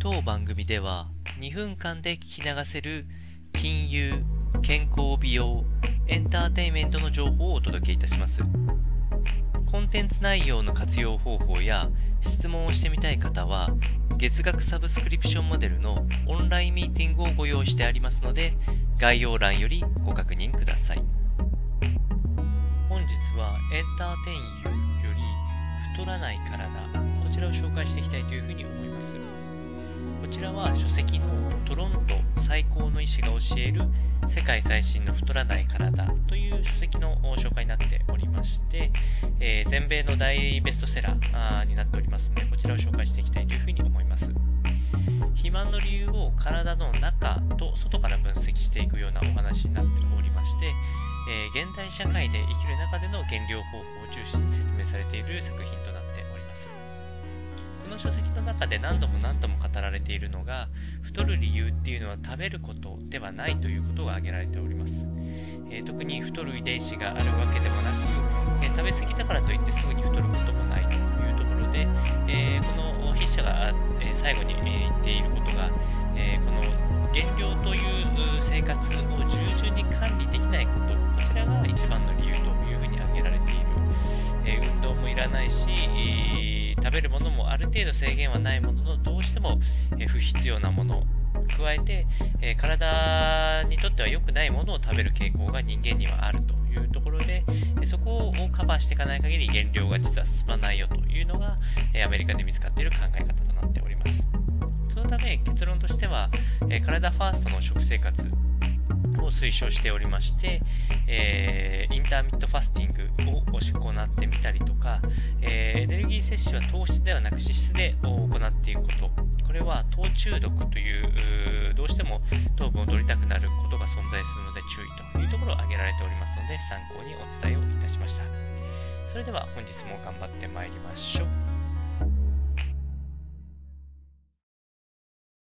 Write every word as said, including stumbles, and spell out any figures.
当番組ではにふんかんで聞き流せる金融、健康美容、エンターテインメントの情報をお届けいたします。コンテンツ内容の活用方法や質問をしてみたい方は月額サブスクリプションモデルのオンラインミーティングをご用意してありますので、概要欄よりご確認ください。本日はエンターテインユーより太らない体、こちらを紹介していきたいというふうに思います。こちらは書籍のトロント最高の医師が教える世界最新の太らない体という書籍の紹介になっておりまして、えー、全米の大ベストセラーになっておりますので、こちらを紹介していきたいというふうに思います。肥満の理由を体の中と外から分析していくようなお話になっておりまして、えー、現代社会で生きる中での減量方法を中心に説明されている作品となっております。この書籍の中で何度も何度も語られているのが、太る理由っていうのは食べることではないということが挙げられております。えー、特に太る遺伝子があるわけでもなく、えー、食べ過ぎだからといってすぐに太ることもないというところで、えー、この筆者が、えー、最後に、えー、言っていることが、えー、この減量という生活を従順に管理できないこと、こちらが一番の理由というふうに挙げられている。えー、運動もいらないし、えー、食べるものもある程度制限はないものの、どうしても、えー、不必要なもの、加えて、えー、体にとっては良くないものを食べる傾向が人間にはあるというところで、えー、そこをカバーしていかない限り減量が実は進まないよというのが、えー、アメリカで見つかっている考え方となっております。そのため結論としては、えー、体ファーストの食生活を推奨しておりまして、えー、インターミットファスティングを行ってみたりとか、えー、エネルギー摂取は糖質ではなく脂質で行っていくこと、これは糖中毒というどうしても糖分を取りたくなることが存在するので注意というところを挙げられておりますので、参考にお伝えをいたしました。それでは本日も頑張ってまいりましょう。